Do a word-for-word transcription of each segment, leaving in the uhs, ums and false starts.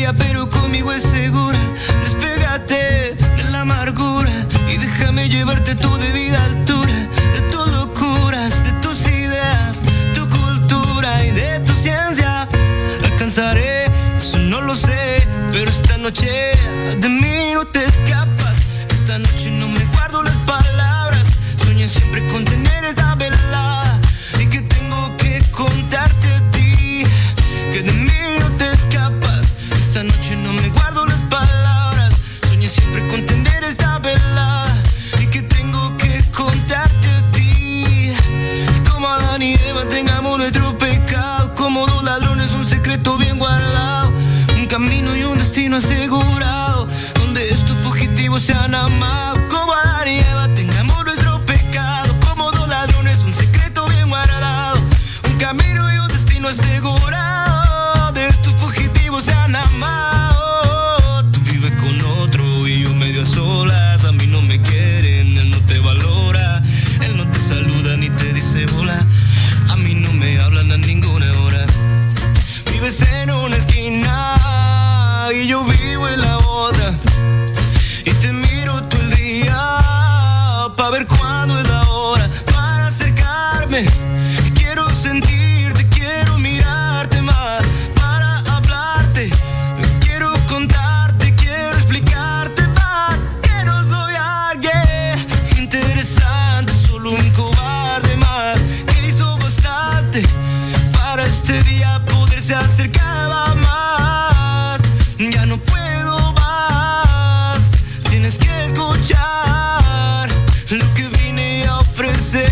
fría, pero conmigo es segura. Despégate de la amargura y déjame llevarte a tu debida altura. De tus locuras, de tus ideas, tu cultura y de tu ciencia. Alcanzaré, eso no lo sé, pero esta noche de mí no te escapas. Esta noche no me guardo las palabras. Soñé siempre con tener esta velada y que tengo que contarte a ti, que de mí no te escapas. Esta noche no me guardo las palabras. Soñé siempre con tener esta velada y que tengo que contarte a ti. Como Adán y Eva tengamos nuestro pecado, como dos ladrones un secreto bien guardado, un camino y un destino asegurado, donde estos fugitivos se han amado. Como Adán y Eva tengamos nuestro pecado, como dos ladrones un secreto bien guardado, un camino y un destino asegurado, de estos fugitivos se han amado. Tú vives con otro y yo medio a solas. A mí no me quieren, él no te valora, él no te saluda ni te dice hola. A mí no me hablan a ninguna hora. Vives en una esquina y yo vivo en la otra, y te miro todo el día para ver cuándo es la hora para acercarme. Quiero sentirte, quiero mirarte más, para hablarte, quiero contarte, quiero explicarte más, que no soy alguien interesante, solo un cobarde más, que hizo bastante para este día poderse acercar más. Ya no puedo más, tienes que escuchar lo que vine a ofrecer.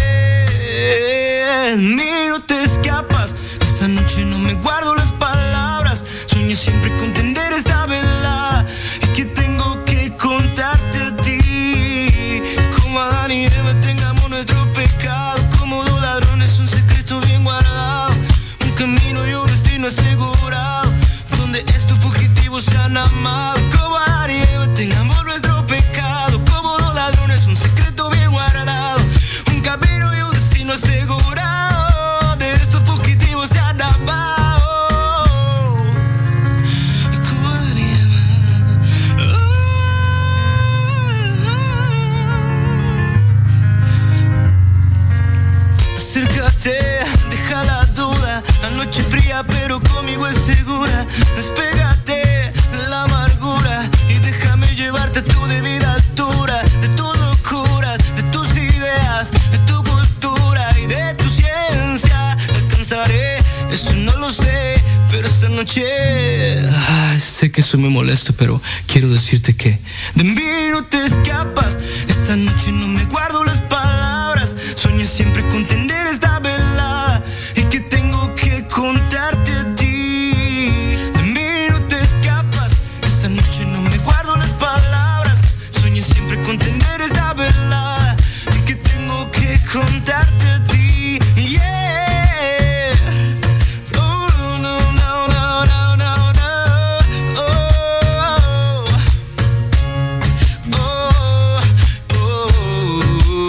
Ni no te escapas, esta noche no me guardo las palabras. Soñé siempre con tender esta velada y que tengo que contarte a ti. Como Adán y Eva tengamos nuestro pecado, como dos ladrones un secreto bien guardado, un camino y un destino asegurado, donde estos fugitivos se han amado. Como Adán y Eva tengamos nuestro pecado, como dos ladrones un secreto bien guardado, un camino y un destino asegurado, de estos fugitivos se han amado. Como Adán y Eva. Acércate, deja la duda, la noche fría pero conmigo es segura. Despégate de la amargura y déjame llevarte a tu debida altura, de tus locuras, de tus ideas, de tu cultura y de tu ciencia. Alcanzaré, eso no lo sé, pero esta noche ay, sé que soy muy molesto, pero quiero decirte que de mí no te escapas. Esta noche no me guardo las palabras. Soñé siempre con tener esta velada y que tengo que contarte a ti. De mí no te escapas. Esta noche no me guardo las palabras. Soñé siempre con tener esta velada y que tengo que contarte a ti. Yeah. Oh, no, no, no, no, no, no. Oh, oh, oh, oh.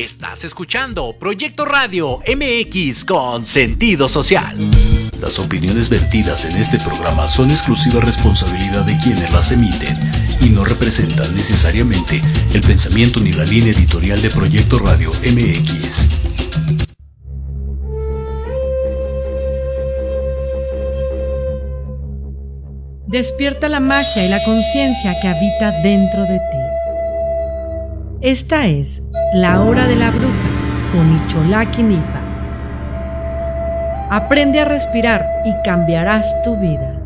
Estás escuchando Proyecto Radio M X con sentido social. Las opiniones vertidas en este programa son exclusiva responsabilidad de quienes las emiten y no representan necesariamente el pensamiento ni la línea editorial de Proyecto Radio M X. Despierta la magia y la conciencia que habita dentro de ti. Esta es La Hora de la Bruja con Icholaki Nipa. Aprende a respirar y cambiarás tu vida.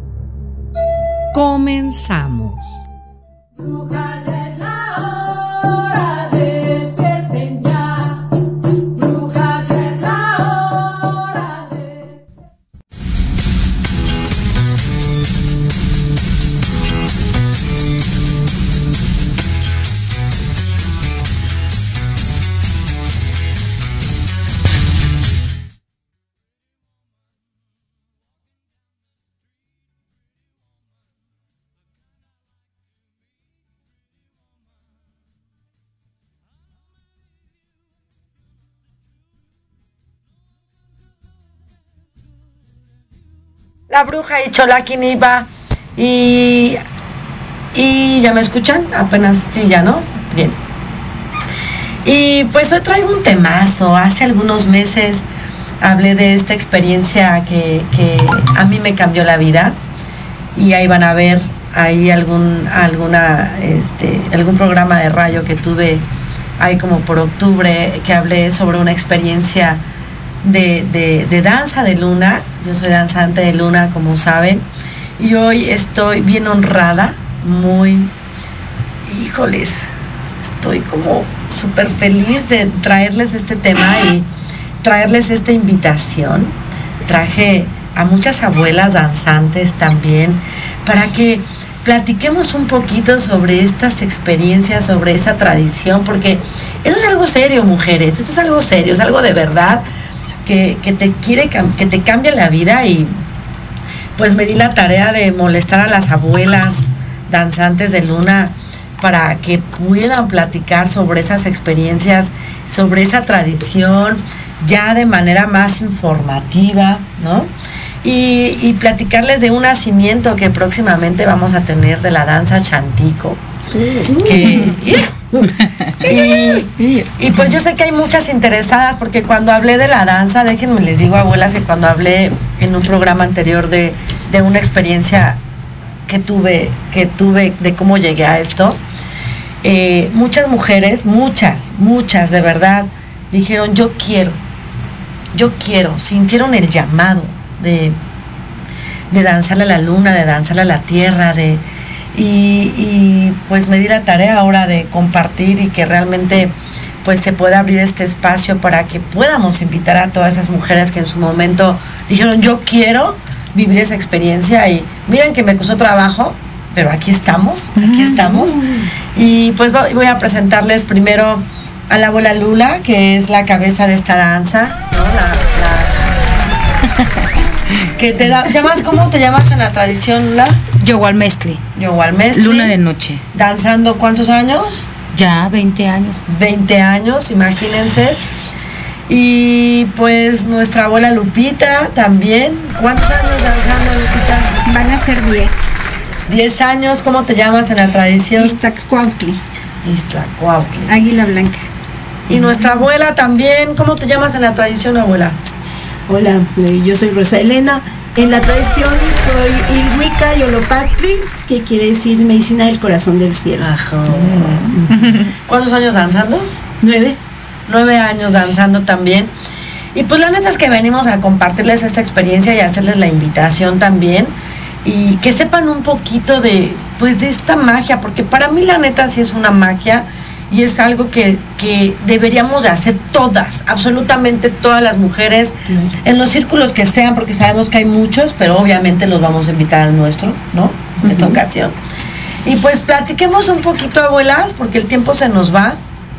Comenzamos. La bruja Icholaki Nipa y, y ¿ya me escuchan? Apenas, sí, ya, ¿no? Bien. Y pues hoy traigo un temazo. Hace algunos meses hablé de esta experiencia que, que a mí me cambió la vida y ahí van a ver ahí algún, alguna, este, algún programa de radio que tuve ahí como por octubre que hablé sobre una experiencia De, de, de danza de luna. Yo soy danzante de luna, como saben, y hoy estoy bien honrada, muy, híjoles, estoy como súper feliz de traerles este tema y traerles esta invitación. Traje a muchas abuelas danzantes también para que platiquemos un poquito sobre estas experiencias, sobre esa tradición, porque eso es algo serio, mujeres, eso es algo serio, es algo de verdad. Que, que te quiere que te cambia la vida, y pues me di la tarea de molestar a las abuelas danzantes de luna para que puedan platicar sobre esas experiencias, sobre esa tradición, ya de manera más informativa, ¿no? Y, y platicarles de un nacimiento que próximamente vamos a tener de la danza chantico. Que, y, y pues yo sé que hay muchas interesadas, porque cuando hablé de la danza, déjenme les digo, abuelas, que cuando hablé en un programa anterior de, de una experiencia que tuve, que tuve de cómo llegué a esto, eh, muchas mujeres, muchas, muchas de verdad, dijeron yo quiero, yo quiero, sintieron el llamado de, de danzarle a la luna, de danzarle a la tierra, de Y, y pues me di la tarea ahora de compartir y que realmente pues se pueda abrir este espacio para que podamos invitar a todas esas mujeres que en su momento dijeron yo quiero vivir esa experiencia. Y miren que me costó trabajo, pero aquí estamos, aquí estamos. Y pues voy a presentarles primero a la abuela Lula, que es la cabeza de esta danza, ¿no? La, la... que te da, ¿llamas, ¿cómo te llamas en la tradición, Lula? Yogualmestli. Yogualmestli. Luna de noche. ¿Danzando cuántos años? Ya, veinte años. veinte años, imagínense. Y pues nuestra abuela Lupita también. ¿Cuántos años danzando, Lupita? Van a ser diez. diez años. ¿Cómo te llamas en la tradición? Iztacuautli. Iztacuautli. Águila blanca. Y nuestra abuela también. ¿Cómo te llamas en la tradición, abuela? Hola, yo soy Rosa Elena. En la tradición soy Ilhuica Yolopatli, que quiere decir medicina del corazón del cielo. Ajá. ¿Cuántos años danzando? Nueve. Nueve años danzando también. Y pues la neta es que venimos a compartirles esta experiencia y hacerles la invitación también. Y que sepan un poquito de, pues, de esta magia, porque para mí la neta sí es una magia. Y es algo que, que deberíamos de hacer todas, absolutamente todas las mujeres, mm. en los círculos que sean, porque sabemos que hay muchos, pero obviamente los vamos a invitar al nuestro, ¿no? En uh-huh. esta ocasión. Y pues platiquemos un poquito, abuelas, porque el tiempo se nos va,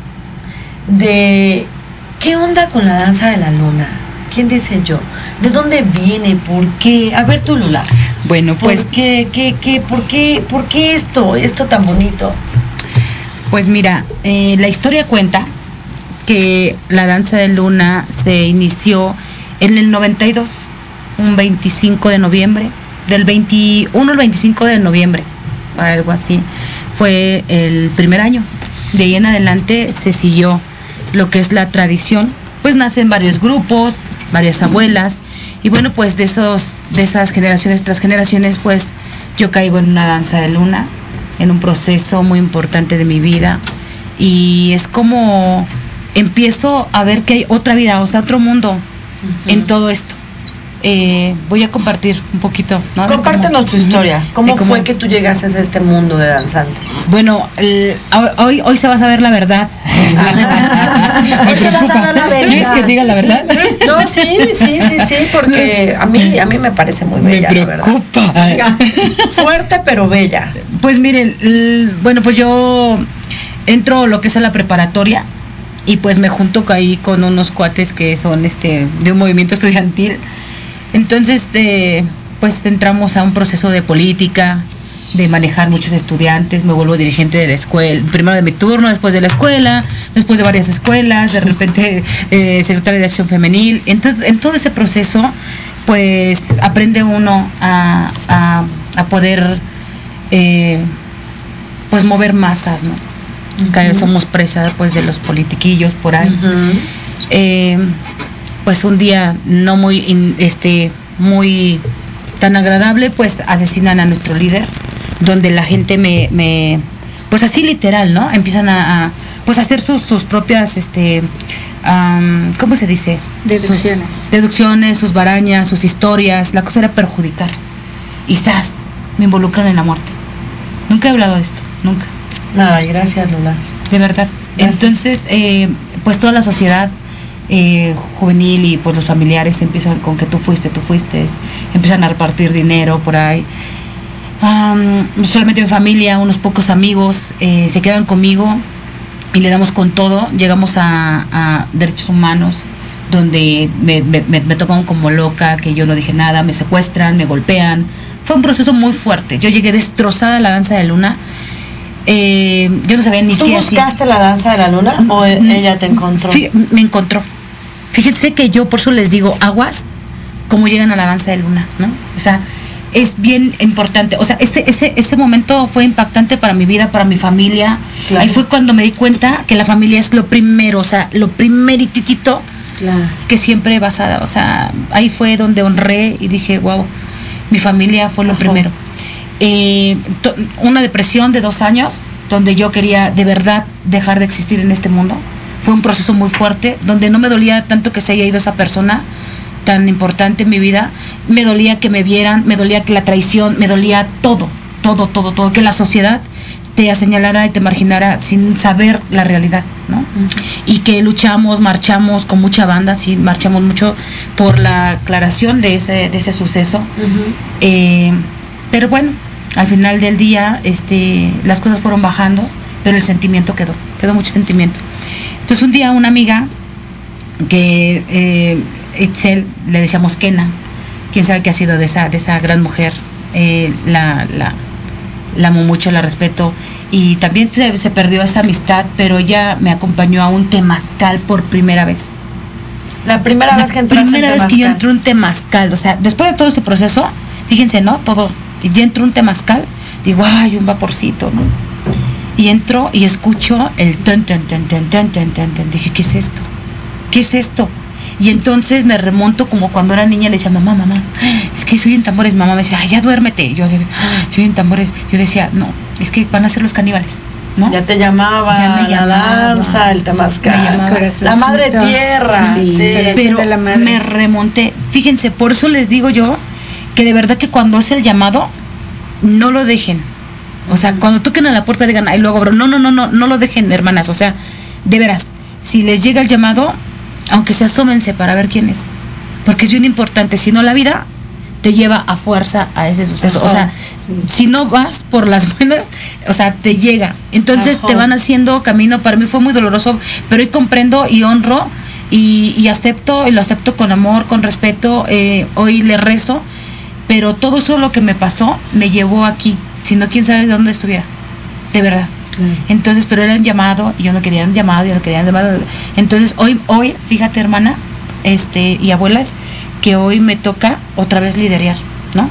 de qué onda con la danza de la luna. ¿Quién dice yo? ¿De dónde viene? ¿Por qué? A ver tú, Lula. Bueno, pues... ¿Por qué, qué, qué, por qué, por qué esto, esto tan bonito? Pues mira, eh, la historia cuenta que la danza de luna se inició en el noventa y dos, un veinticinco de noviembre, del veintiuno al veinticinco de noviembre, algo así, fue el primer año. De ahí en adelante se siguió lo que es la tradición, pues nacen varios grupos, varias abuelas, y bueno, pues de esos, de esas generaciones tras generaciones, pues yo caigo en una danza de luna, en un proceso muy importante de mi vida, y es como empiezo a ver que hay otra vida, o sea, otro mundo uh-huh. en todo esto. Eh, voy a compartir un poquito, ¿no? Compártenos cómo, tu historia. ¿Cómo cómo, fue que tú llegaste a este mundo de danzantes? Bueno, el, hoy, hoy se va a saber la verdad. Hoy se va a saber la verdad. ¿Quieres que diga la verdad? No, sí, sí, sí, sí, porque a mí, a mí me parece muy bella. Me preocupa. La verdad. Fuerte pero bella. Pues miren, el, bueno, pues yo entro lo que es a la preparatoria y pues me junto ahí con unos cuates que son este de un movimiento estudiantil. Entonces, eh, pues entramos a un proceso de política, de manejar muchos estudiantes, me vuelvo dirigente de la escuela, primero de mi turno, después de la escuela, después de varias escuelas, de repente eh, secretaria de Acción Femenil. Entonces, en todo ese proceso, pues aprende uno a, a, a poder, eh, pues mover masas, ¿no? Uh-huh. Cada vez somos presa, pues, de los politiquillos por ahí. Uh-huh. Eh, pues un día no muy in, este muy tan agradable, pues asesinan a nuestro líder, donde la gente me, me pues así literal, ¿no? Empiezan a, a pues hacer sus, sus propias este um, ¿cómo se dice? Deducciones. Sus deducciones, sus barañas, sus historias. La cosa era perjudicar. Y ¡zas! Me involucran en la muerte. Nunca he hablado de esto, nunca. Ay, gracias, Lola. De verdad. Gracias. Entonces, eh, pues toda la sociedad Eh, juvenil y pues los familiares empiezan con que tú fuiste, tú fuiste, empiezan a repartir dinero por ahí. Um, solamente mi familia, unos pocos amigos eh, se quedan conmigo y le damos con todo. Llegamos a, a derechos humanos, donde me, me, me tocan como loca, que yo no dije nada, me secuestran, me golpean. Fue un proceso muy fuerte. Yo llegué destrozada a la danza de luna. Eh, yo no sabía ni ¿Tú qué buscaste hacía. la danza de la luna o ella te encontró? Fí, me encontró. Fíjense que yo por eso les digo, aguas, cómo llegan a la danza de luna, ¿no? O sea, es bien importante. O sea, ese, ese, ese momento fue impactante para mi vida, para mi familia. Claro. Ahí fue cuando me di cuenta que la familia es lo primero, o sea, lo primerititito claro. que siempre basada. O sea, ahí fue donde honré y dije, wow, mi familia fue lo Ajá. primero. Eh, to, una depresión de dos años, donde yo quería de verdad dejar de existir en este mundo. Fue un proceso muy fuerte, donde no me dolía tanto que se haya ido esa persona tan importante en mi vida. Me dolía que me vieran, me dolía que la traición, me dolía todo, todo, todo, todo. Que la sociedad te señalara y te marginara sin saber la realidad, ¿no? Uh-huh. Y que luchamos, marchamos con mucha banda, sí, marchamos mucho por la aclaración de ese, de ese suceso. Uh-huh. Eh, pero bueno, al final del día, este, las cosas fueron bajando, pero el sentimiento quedó, quedó mucho sentimiento. Entonces un día una amiga que eh, Itzel, le decíamos Kena, quién sabe qué ha sido de esa, de esa gran mujer, eh, la, la, la amo mucho, la respeto, y también se, se perdió esa amistad, pero ella me acompañó a un temazcal por primera vez. La primera la vez que entraste primera vez que yo entré un temazcal, o sea, después de todo ese proceso, fíjense, ¿no? Todo, ya entró un temazcal, digo, ay, un vaporcito, ¿no? Y entro y escucho el ten, ten, ten, ten, ten, ten, ten, ten. Dije, ¿qué es esto? ¿Qué es esto? Y entonces me remonto como cuando era niña, le decía, mamá, mamá, es que soy en tambores. Mamá me decía, ay, ya duérmete. Yo decía, soy en tambores. Yo decía, no, es que van a ser los caníbales, ¿no? Ya te llamaba, ya me llamaba, la danza, el temazcal, la madre tierra. Sí, sí, pero de la madre. Me remonté. Fíjense, por eso les digo yo que de verdad que cuando es el llamado, no lo dejen. O sea, cuando toquen a la puerta digan, ay, luego, bro, no, no, no, no, no lo dejen, hermanas. O sea, de veras, si les llega el llamado, aunque se asómense para ver quién es. Porque es bien importante, si no la vida te lleva a fuerza a ese suceso. Ajá, o sea, sí. Si no vas por las buenas, o sea, te llega. Entonces Ajá. te van haciendo camino. Para mí fue muy doloroso, pero hoy comprendo y honro y, y acepto, y lo acepto con amor, con respeto. Eh, hoy le rezo, pero todo eso lo que me pasó me llevó aquí. Si no, quién sabe de dónde estuviera, de verdad. Claro. Entonces, pero era un llamado, y yo no quería un llamado, yo no quería un llamado. Entonces, hoy, hoy, fíjate, hermana, este, y abuelas, que hoy me toca otra vez liderar, ¿no?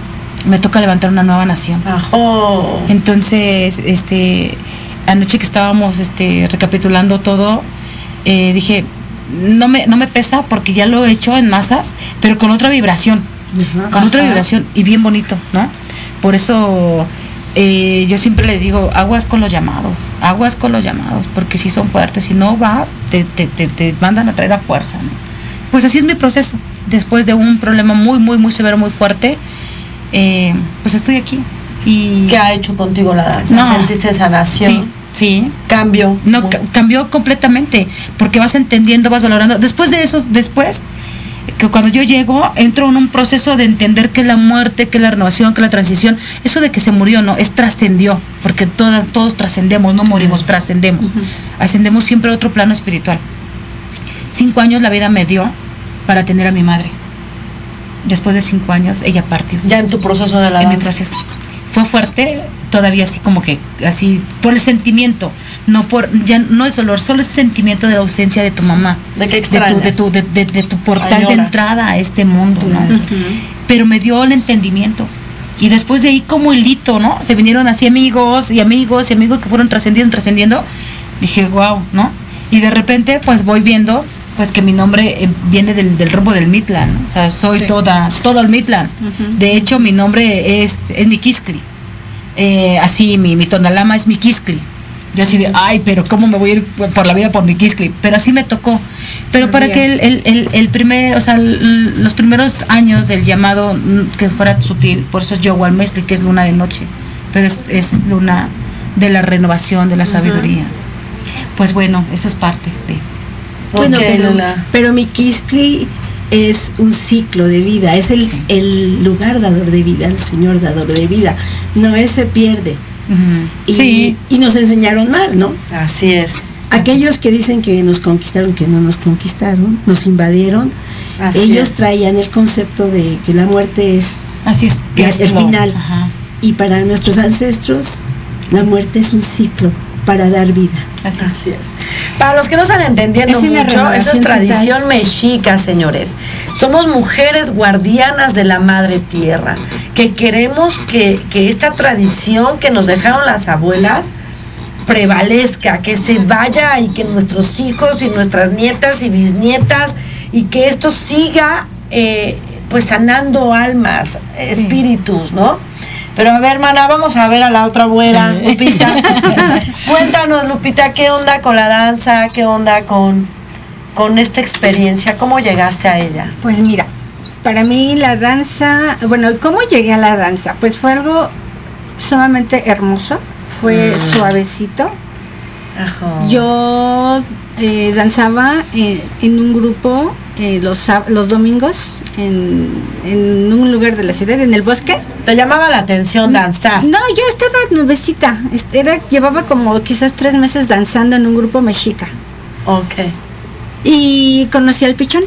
Me toca levantar una nueva nación. Ajo. Entonces, este, anoche que estábamos, este, recapitulando todo, eh, dije, no me, no me pesa porque ya lo he hecho en masas, pero con otra vibración, Ajá. con otra Ajá. vibración y bien bonito, ¿no? Por eso eh, yo siempre les digo, aguas con los llamados, aguas con los llamados, porque si son fuertes, si no vas, te, te, te, te mandan a traer a fuerza, ¿no? Pues así es mi proceso. Después de un problema muy, muy, muy severo, muy fuerte, eh, pues estoy aquí. Y ¿Qué ha hecho contigo la danza? No. ¿Sentiste sanación? Sí, sí. Cambio. No, Muy- ca- cambió completamente, porque vas entendiendo, vas valorando. Después de esos, después, que cuando yo llego, entro en un proceso de entender que la muerte, que la renovación, que la transición, eso de que se murió, no, es trascendió, porque todas, todos trascendemos, no morimos, trascendemos. Ascendemos siempre a otro plano espiritual. Cinco años la vida me dio para tener a mi madre. Después de cinco años, ella partió. Ya en tu proceso de la En mi danza. proceso. Fue fuerte, todavía así como que, así, por el sentimiento, no por, ya no es dolor, solo es sentimiento de la ausencia de tu mamá. De que de tu, extrañas. de tu, de, de- de tu portal Añoras. de entrada a este mundo, ¿no? Pero me dio el entendimiento. Y después de ahí como hilito, ¿no? Se vinieron así amigos y amigos y amigos que fueron trascendiendo, trascendiendo. Dije, wow, ¿no? Y de repente, pues voy viendo, pues que mi nombre eh, viene del, del rumbo del Mitlan, ¿no? O sea, soy Sí. toda, todo el Mitlan. Ujú. De hecho, mi nombre es, es Miquiskli. Eh, así, mi, mi tonalama es Miquiskli. Yo así de, ay, pero ¿cómo me voy a ir por la vida por Miquiskli? Pero así me tocó. Pero para que el, el, el, el primer, o sea, el- los primeros años del llamado mm, que fuera sutil, por eso es Yowal Mesli, que es luna de noche, pero es, es luna de la renovación, de la sabiduría. Pues bueno, eso es parte de... Bueno, Ok, pero, Lola. pero mi Quisqui es un ciclo de vida, es el, Sí. el lugar dador de vida, el Señor dador de vida. No, él se pierde. Ujú. Y, Sí, y nos enseñaron mal, ¿no? Así es. Aquellos que dicen que nos conquistaron, que no nos conquistaron, nos invadieron, Así ellos es. traían el concepto de que la muerte es así es. la- es el como- final. Ajá, Y para nuestros ancestros, la muerte es un ciclo para dar vida. así es. Así es. Para los que no están entendiendo Es una mucho, eso es renovación tradición mexica, señores. Somos mujeres guardianas de la madre tierra, que queremos que, que esta tradición que nos dejaron las abuelas prevalezca, que se vaya y que nuestros hijos y nuestras nietas y bisnietas y que esto siga eh, pues sanando almas, espíritus, ¿no? Pero a ver, hermana, vamos a ver a la otra abuela, Sí. Lupita. Cuéntanos, Lupita, ¿qué onda con la danza? ¿Qué onda con, con esta experiencia? ¿Cómo llegaste a ella? Pues mira, para mí la danza, bueno, ¿cómo llegué a la danza? Pues fue algo sumamente hermoso, fue suavecito. Ajá. Yo eh, danzaba eh, en un grupo eh, los, sá- los domingos en, en un lugar de la ciudad, en el bosque. ¿Te llamaba la atención danzar? No, yo estaba nuevecita, este, era, llevaba como quizás tres meses danzando en un grupo mexica. Ok. Y conocí al pichón.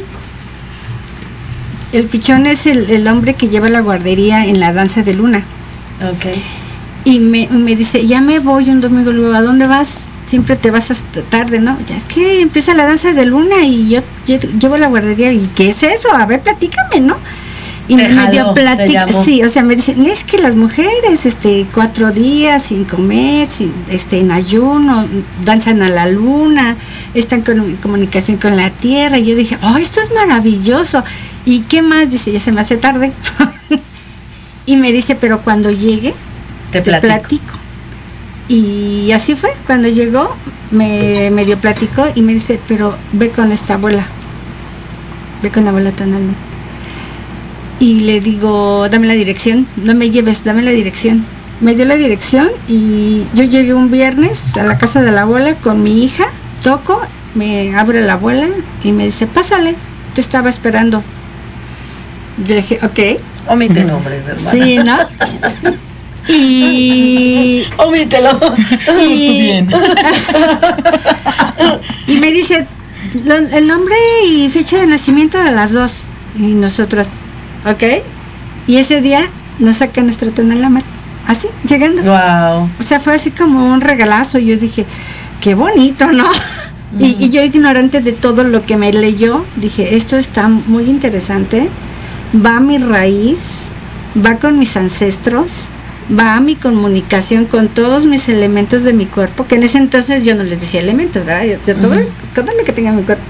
El pichón es el, el hombre que lleva la guardería en la danza de luna. Ok. Y me, me dice, ya me voy un domingo. Luego, ¿a dónde vas? Siempre te vas hasta tarde, ¿no? Ya es que empieza la danza de luna y yo, yo llevo la guardería. ¿Y qué es eso? A ver, platícame, ¿no? Y Te me, me jaló, dio te plática. llamó. Sí, o sea, me dicen, es que las mujeres, este, cuatro días sin comer, sin, este, en ayuno, danzan a la luna, están con, en comunicación con la tierra. Y yo dije, oh, esto es maravilloso. ¿Y qué más? Dice, ya se me hace tarde. Y me dice, pero cuando llegue, Te te platico. platico. Y así fue, cuando llegó, me medio platicó y me dice, pero ve con esta abuela, ve con la abuela Tonalmet. Y le digo, dame la dirección, no me lleves, dame la dirección. Me dio la dirección y yo llegué un viernes a la casa de la abuela con mi hija, toco, me abre la abuela y me dice, pásale, te estaba esperando. Yo dije, ok. Omite nombres, hermana. Sí, ¿no? Y, Omítelo. y, y me dice lo- el nombre y fecha de nacimiento de las dos. Y nosotros, ok. Y ese día nos saca nuestra tonalama. así, llegando. Wow. O sea, fue así como un regalazo. Yo dije, qué bonito, ¿no? Uh-huh. Y, y yo, ignorante de todo lo que me leyó, dije, esto está muy interesante, va a mi raíz, va con mis ancestros, va a mi comunicación con todos mis elementos de mi cuerpo, que en ese entonces yo no les decía elementos, ¿verdad? Yo, yo todo, uh-huh. todo lo que tenga en mi cuerpo.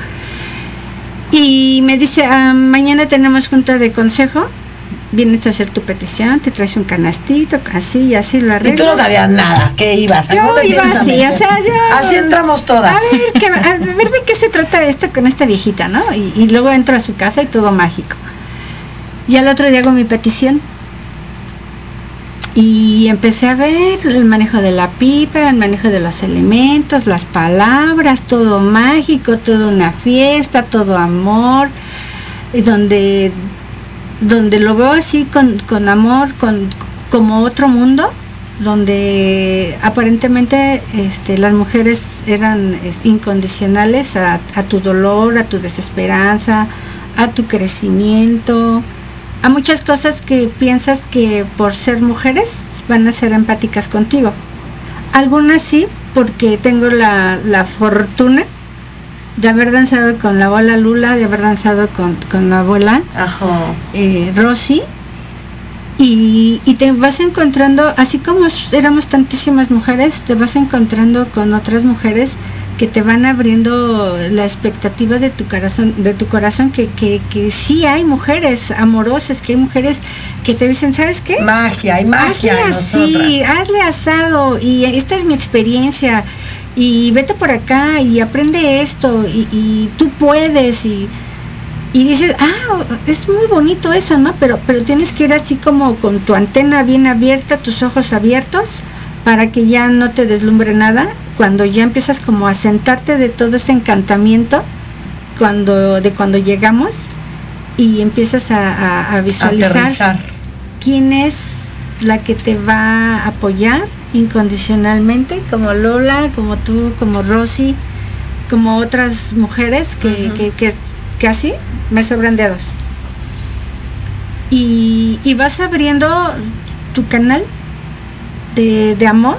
Y me dice, ah, mañana tenemos junta de consejo, vienes a hacer tu petición, te traes un canastito, así y así lo arreglas. Y tú no sabías nada, ¿qué ibas? Yo iba así, o sea, yo... Así entramos todas. A ver, ¿qué, a ver de qué se trata esto con esta viejita, ¿no? Y, y luego entro a su casa y todo mágico. Y al otro día hago mi petición. Y empecé a ver el manejo de la pipa, el manejo de los elementos, las palabras, todo mágico, todo una fiesta, todo amor, y donde, donde lo veo así con, con amor, con, como otro mundo, donde aparentemente este, las mujeres eran es, incondicionales a, a tu dolor, a tu desesperanza, a tu crecimiento, a muchas cosas que piensas que por ser mujeres van a ser empáticas contigo. Algunas sí, porque tengo la, la fortuna de haber danzado con la abuela Lula, de haber danzado con, con la abuela eh, Rosy, y, y te vas encontrando, así como éramos tantísimas mujeres, te vas encontrando con otras mujeres que te van abriendo la expectativa de tu corazón, de tu corazón que, que, que sí hay mujeres amorosas, que hay mujeres que te dicen, ¿sabes qué? Magia, hay magia. Hazle así, hazle asado, y esta es mi experiencia, y vete por acá y aprende esto, y, y tú puedes, y, y dices, ah, es muy bonito eso, ¿no? Pero, pero tienes que ir así como con tu antena bien abierta, tus ojos abiertos, para que ya no te deslumbre nada. Cuando ya empiezas como a sentarte de todo ese encantamiento, cuando de cuando llegamos, y empiezas a, a, a visualizar Aterrizar. quién es la que te va a apoyar incondicionalmente, como Lola, como tú, como Rosy, como otras mujeres que, uh-huh. que, que, que así me sobran dedos. Y, y vas abriendo tu canal de, de amor,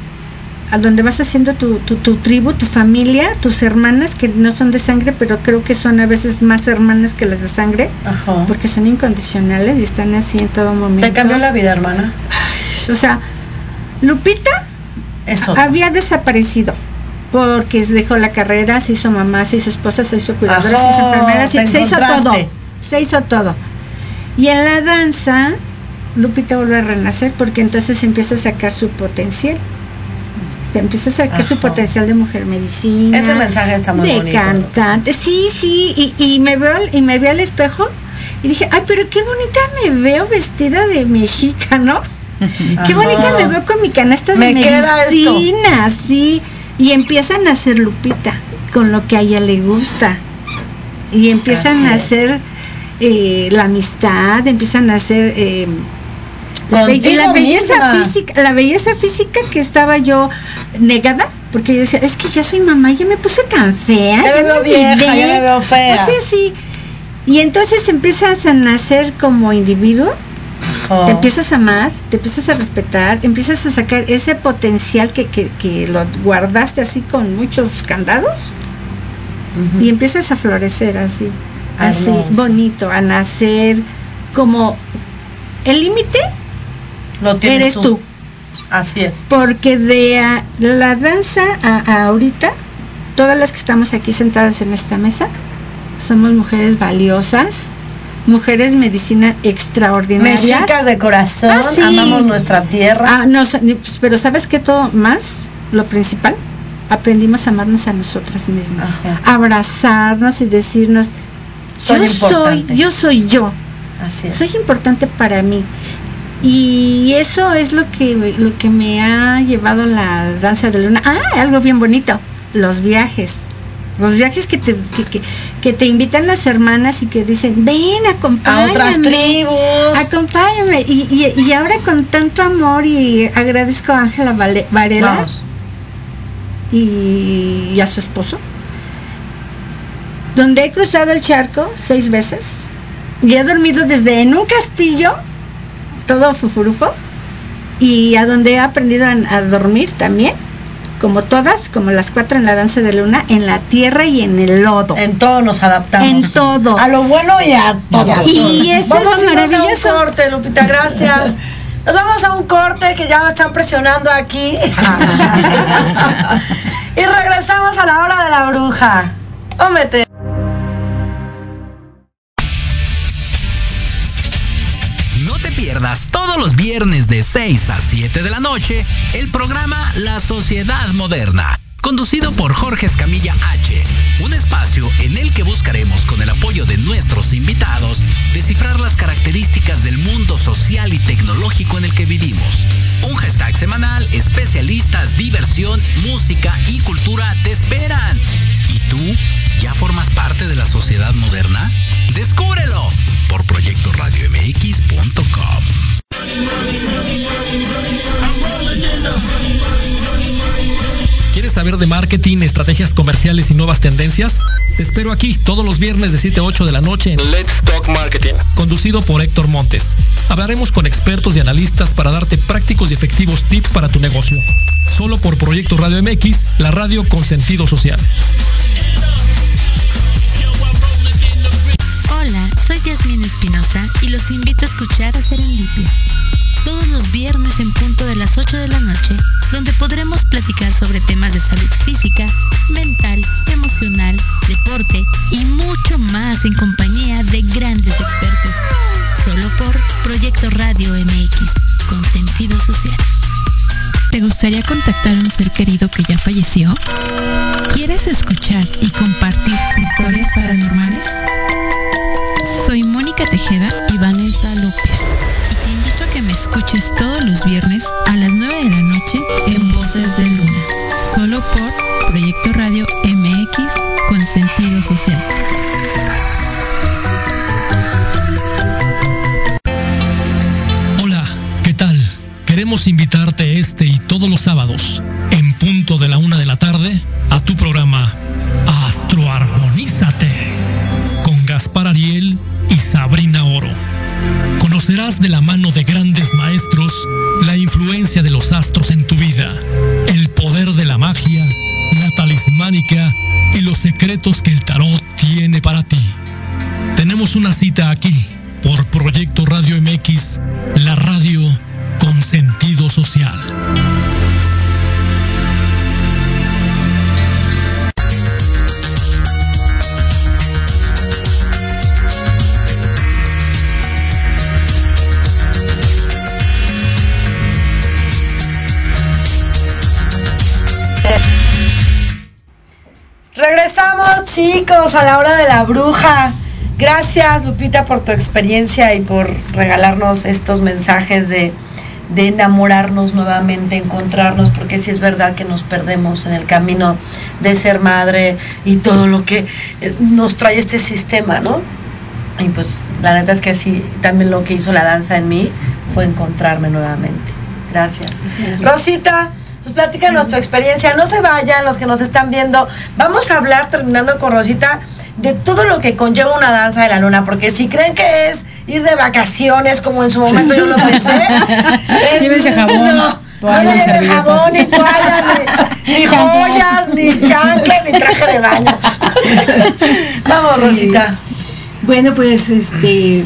a donde vas haciendo tu, tu, tu tribu, tu familia, tus hermanas, que no son de sangre, pero creo que son a veces más hermanas que las de sangre, Ajá. porque son incondicionales y están así en todo momento. ¿Te cambió la vida, hermana? O sea, Lupita Eso. había desaparecido, porque dejó la carrera, se hizo mamá, se hizo esposa, se hizo cuidadora, Ajá, se hizo enfermera, se, se hizo todo, se hizo todo. Y en la danza, Lupita vuelve a renacer, porque entonces empieza a sacar su potencial. Se empieza a sacar Ajá. su potencial de mujer medicina. Ese mensaje está muy de bonito. De cantante, sí, sí, y, y me veo y me vi al espejo y dije, ay, pero qué bonita me veo vestida de mexica, ¿no? Ajá. Qué bonita me veo con mi canasta de me medicina, sí. Y empiezan a hacer Lupita con lo que a ella le gusta. Y empiezan Así a hacer eh, la amistad, empiezan a hacer eh, La, be- la belleza misma. física, la belleza física que estaba yo negada, porque yo decía, es que ya soy mamá, ya me puse tan fea, ya me veo vieja, ya me veo fea. O sea, sí. Y entonces empiezas a nacer como individuo, oh. te empiezas a amar, te empiezas a respetar, empiezas a sacar ese potencial que, que, que lo guardaste así con muchos candados, uh-huh. y empiezas a florecer así, Hermoso. así, bonito, a nacer como el límite. Lo tienes eres tú. tú. Así es. Porque de a, la danza a, a ahorita, todas las que estamos aquí sentadas en esta mesa, somos mujeres valiosas, mujeres medicina extraordinarias. Mexicas de corazón, ah, sí. amamos nuestra tierra. Ah, no, pero ¿sabes qué? Todo más, lo principal, aprendimos a amarnos a nosotras mismas. Ajá. Abrazarnos y decirnos, soy yo importante. soy, yo soy yo. Así es. Soy importante para mí. Y eso es lo que lo que me ha llevado la danza de Luna. Ah, algo bien bonito, los viajes. Los viajes que te que, que, que te invitan las hermanas y que dicen, ven, acompáñame. A otras tribus. Acompáñame. Y, y, y ahora con tanto amor, y agradezco a Ángela Varela Vamos. Y, y a su esposo, donde he cruzado el charco seis veces y he dormido desde en un castillo todo fufurufo, Y a donde he aprendido a, a dormir también, como todas, como las cuatro en la danza de luna, en la tierra y en el lodo. En todo nos adaptamos. En todo. A lo bueno y a todo. Y eso vamos es maravilloso. A un corte, Lupita, gracias. Nos vamos a un corte que ya me están presionando aquí. Y regresamos a la hora de la bruja. Ómete. No te pierdas todos los viernes de seis a siete de la noche el programa La Sociedad Moderna, conducido por Jorge Escamilla H. Un espacio en el que buscaremos, con el apoyo de nuestros invitados, descifrar las características del mundo social y tecnológico en el que vivimos. Un hashtag semanal, especialistas, diversión, música y cultura te esperan. ¿Y tú ya formas parte de la sociedad moderna? ¡Descúbrelo! Por proyecto radio m x punto com. ¿Quieres saber de marketing, estrategias comerciales y nuevas tendencias? Te espero aquí todos los viernes de siete a ocho de la noche en Let's Talk Marketing, conducido por Héctor Montes. Hablaremos con expertos y analistas para darte prácticos y efectivos tips para tu negocio. Solo por Proyecto Radio M X, la radio con sentido social. Hola, soy Yasmín Espinosa y los invito a escuchar a Serendipia. Todos los viernes en punto de las ocho de la noche, donde podremos platicar sobre temas de salud física, mental, emocional, deporte y mucho más en compañía de grandes expertos. Solo por Proyecto Radio M X, con sentido social. ¿Te gustaría contactar a un ser querido que ya falleció? ¿Quieres escuchar y compartir historias paranormales? Soy Mónica Tejeda y Vanessa López. Y te invito a que me escuches todos los viernes a las nueve de la noche en Voces de Luna. Solo por Proyecto Radio M X con sentido social. Hola, ¿qué tal? Queremos invitarte este y todos los sábados, en punto de la una de la tarde, a tu programa Astroarmonízate, con Gaspar Ariel y Sabrina Oro. Conocerás de la mano de grandes maestros la influencia de los astros en tu vida, el poder de la magia, la talismánica y los secretos que el tarot tiene para ti. Tenemos una cita aquí, por Proyecto Radio M X, la radio con sentido social. Regresamos, chicos, a la hora de la bruja. Gracias, Lupita, por tu experiencia y por regalarnos estos mensajes de, de enamorarnos nuevamente, encontrarnos, porque sí es verdad que nos perdemos en el camino de ser madre y todo lo que nos trae este sistema, ¿no? Y pues la neta es que sí, también lo que hizo la danza en mí fue encontrarme nuevamente. Gracias. Sí, sí. Rosita, pues platícanos tu experiencia. No se vayan los que nos están viendo. Vamos a hablar, terminando con Rosita, de todo lo que conlleva una danza de la luna, porque si creen que es ir de vacaciones, como en su momento yo lo pensé, llévense jabón. No, no se lleven jabón, ni toallas, ni, ni joyas, ni chanclas, ni traje de baño. Vamos, sí. Rosita. Bueno, pues este,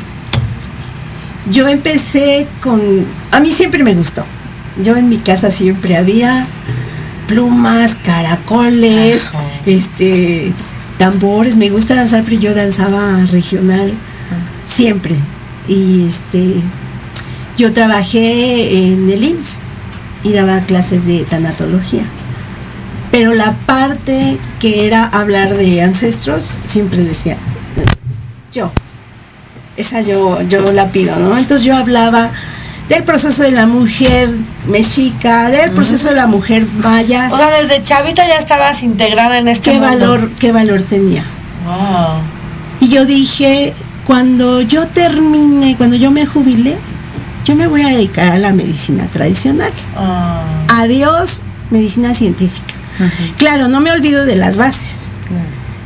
yo empecé con, a mí siempre me gustó. Yo en mi casa siempre había plumas, caracoles, Ajo. este, tambores. Me gusta danzar, pero yo danzaba regional siempre. Y este, yo trabajé en el I M S S y daba clases de tanatología. Pero la parte que era hablar de ancestros, siempre decía, yo, esa yo, yo la pido, ¿no? Entonces yo hablaba del proceso de la mujer mexica, del proceso de la mujer maya. O sea, desde chavita ya estabas integrada en este ¿Qué mundo? valor, qué valor tenía? Wow. Y yo dije, cuando yo termine, cuando yo me jubile, yo me voy a dedicar a la medicina tradicional. Oh. Adiós, medicina científica. Uh-huh. Claro, no me olvido de las bases. Uh-huh.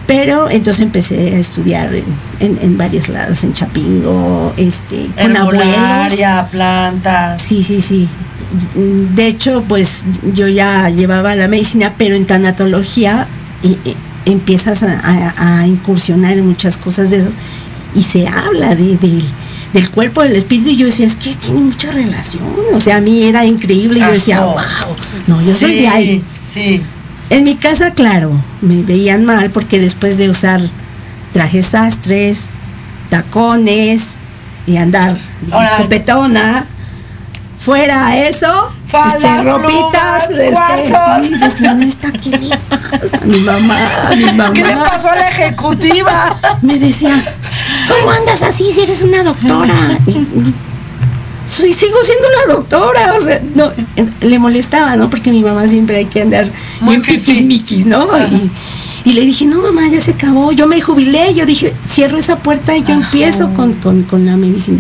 Pero entonces empecé a estudiar en, en, en varios lados, en Chapingo, este, con herbolaria, abuelos. plantas. Sí, sí, sí. De hecho, pues yo ya llevaba la medicina, pero en tanatología y, y, empiezas a, a, a incursionar en muchas cosas de esas y se habla de, de, del cuerpo, del espíritu, y yo decía, es que tiene mucha relación. O sea, a mí era increíble y yo decía, wow, no, yo sí, soy de ahí. Sí. En mi casa, claro, me veían mal porque después de usar trajes sastres, tacones y andar copetona, fuera eso, faldas, este, ropitas, plumas, este, decían, esta, ¿qué le pasa? Mi mamá, mi mamá. ¿Qué le pasó a la ejecutiva? Me decía, ¿cómo andas así si eres una doctora? Y, soy, sigo siendo la doctora, o sea, no, le molestaba, ¿no? Porque mi mamá siempre hay que andar muy piquis-miquis, ¿no? Y, y le dije, no, mamá, ya se acabó, yo me jubilé, yo dije, cierro esa puerta y yo Ajá. empiezo con, con, con la medicina.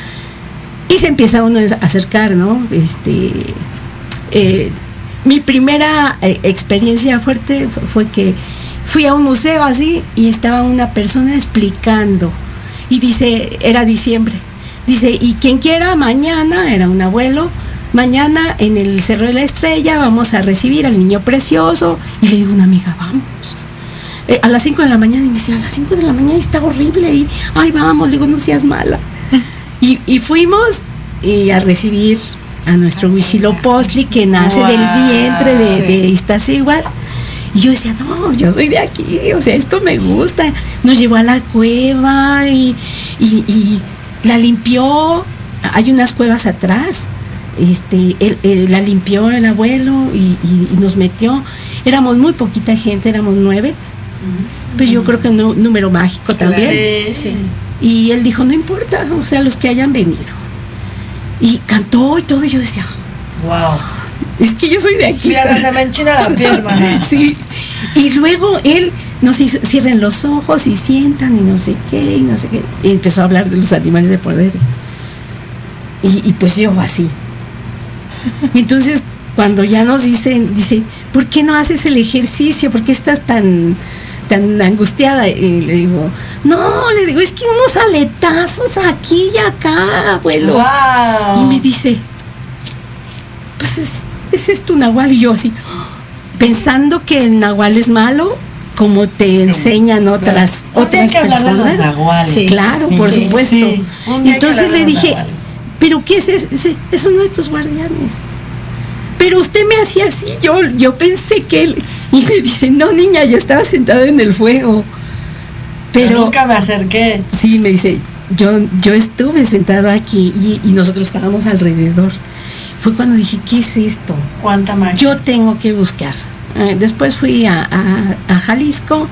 Y se empieza uno a acercar, ¿no? Este, eh, mi primera eh, experiencia fuerte fue, fue que fui a un museo así y estaba una persona explicando, y dice, era diciembre, dice, y quien quiera mañana, era un abuelo, mañana en el Cerro de la Estrella vamos a recibir al niño precioso. Y le digo a una amiga, vamos. Eh, a las cinco de la mañana, y me decía, a las cinco de la mañana está horrible. Y, ay, vamos, le digo, no seas mala. Y, y fuimos y a recibir a nuestro Huitzilopochtli, que nace wow. del vientre de, de Iztaccíhuatl. Y yo decía, no, yo soy de aquí, o sea, esto me gusta. Nos llevó a la cueva y, y, y la limpió. Hay unas cuevas atrás. Este, él, él, la limpió el abuelo y, y, y nos metió. Éramos muy poquita gente, éramos nueve. Uh-huh. Pero yo creo que un número mágico también. Sí, sí. Y él dijo, no importa, o sea, los que hayan venido. Y cantó y todo, y yo decía, wow, es que yo soy de aquí. Mira, se me enchina la piel, man. Sí. Y luego él nos cierren los ojos y sientan y no sé qué, y no sé qué. Y empezó a hablar de los animales de poder. Y, y pues yo así. Y entonces, cuando ya nos dicen, dice, ¿por qué no haces el ejercicio? ¿Por qué estás tan, tan angustiada? Y le digo, no, le digo, es que unos aletazos aquí y acá, abuelo. Wow. Y me dice, pues es, ese es tu nahual. Y yo así, pensando que el nahual es malo, como te enseñan otras, no otras personas. Sí, claro, sí, por sí, supuesto. Sí. Y entonces le dije, ¿pero qué es ese? Es uno de tus guardianes. Pero usted me hacía así, yo, yo pensé que él. Y me dice, no, niña, yo estaba sentada en el fuego. Pero, Pero nunca me acerqué. Sí, me dice, yo, yo estuve sentado aquí y, y nosotros estábamos alrededor. Fue cuando dije, ¿qué es esto? ¿Cuánta magia? Yo tengo que buscar. Eh, después fui a, a, a Jalisco.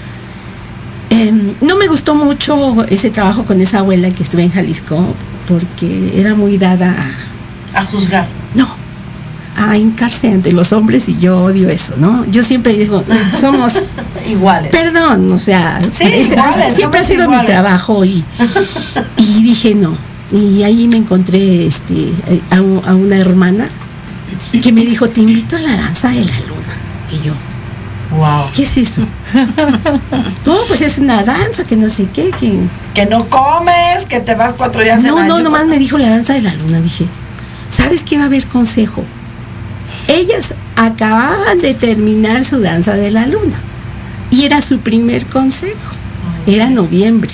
Eh, no me gustó mucho ese trabajo con esa abuela que estuve en Jalisco, porque era muy dada a... A juzgar. No, a hincarse ante los hombres, y yo odio eso, ¿no? Yo siempre digo, somos iguales. Perdón, o sea, sí, es, iguales, siempre ha sido iguales. Mi trabajo y, y dije no. Y ahí me encontré este a, a una hermana que me dijo, te invito a la danza de la luna. Y yo, wow, ¿qué es eso? No, pues es una danza que no sé qué, que que no comes, que te vas cuatro días. No, no, nomás me dijo la danza de la luna. Dije, ¿sabes qué va a haber consejo? Ellas acababan de terminar su danza de la luna y era su primer consejo. Era noviembre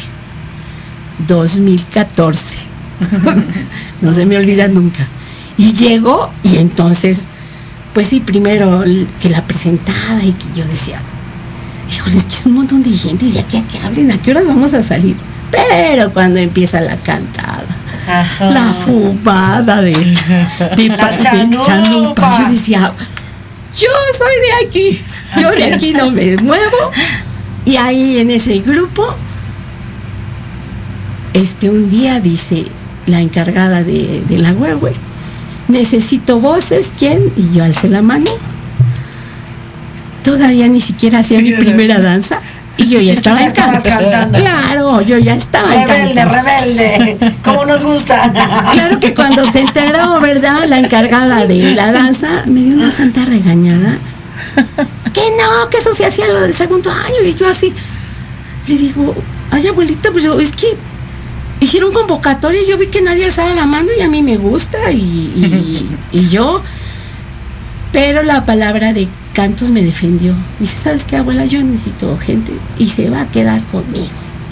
dos mil catorce. No se me olvida nunca. Y llegó y entonces, pues sí, primero que la presentada y que yo decía, híjole, es que es un montón de gente y de aquí a que hablen, ¿a qué horas vamos a salir? Pero cuando empieza la cantada, ajá, la fumada de, de, la chanupa. de chanupa, yo decía, yo soy de aquí, yo de aquí no me muevo. Y ahí en ese grupo, este un día dice la encargada de, de la huehue, necesito voces, ¿quién? Y yo alcé la mano. Todavía ni siquiera hacía sí, mi primera danza y yo ya estaba ya cantando. Claro, yo ya estaba rebelde, rebelde, como nos gusta. Claro que cuando se enteró, ¿verdad? La encargada de la danza me dio una santa regañada. Que no, que eso se hacía lo del segundo año. Y yo así, le digo, ay abuelita, pues es que hicieron convocatoria, yo vi que nadie alzaba la mano y a mí me gusta y, y, y yo, pero la palabra de cantos me defendió. Dice, ¿sabes qué, abuela? Yo necesito gente y se va a quedar conmigo.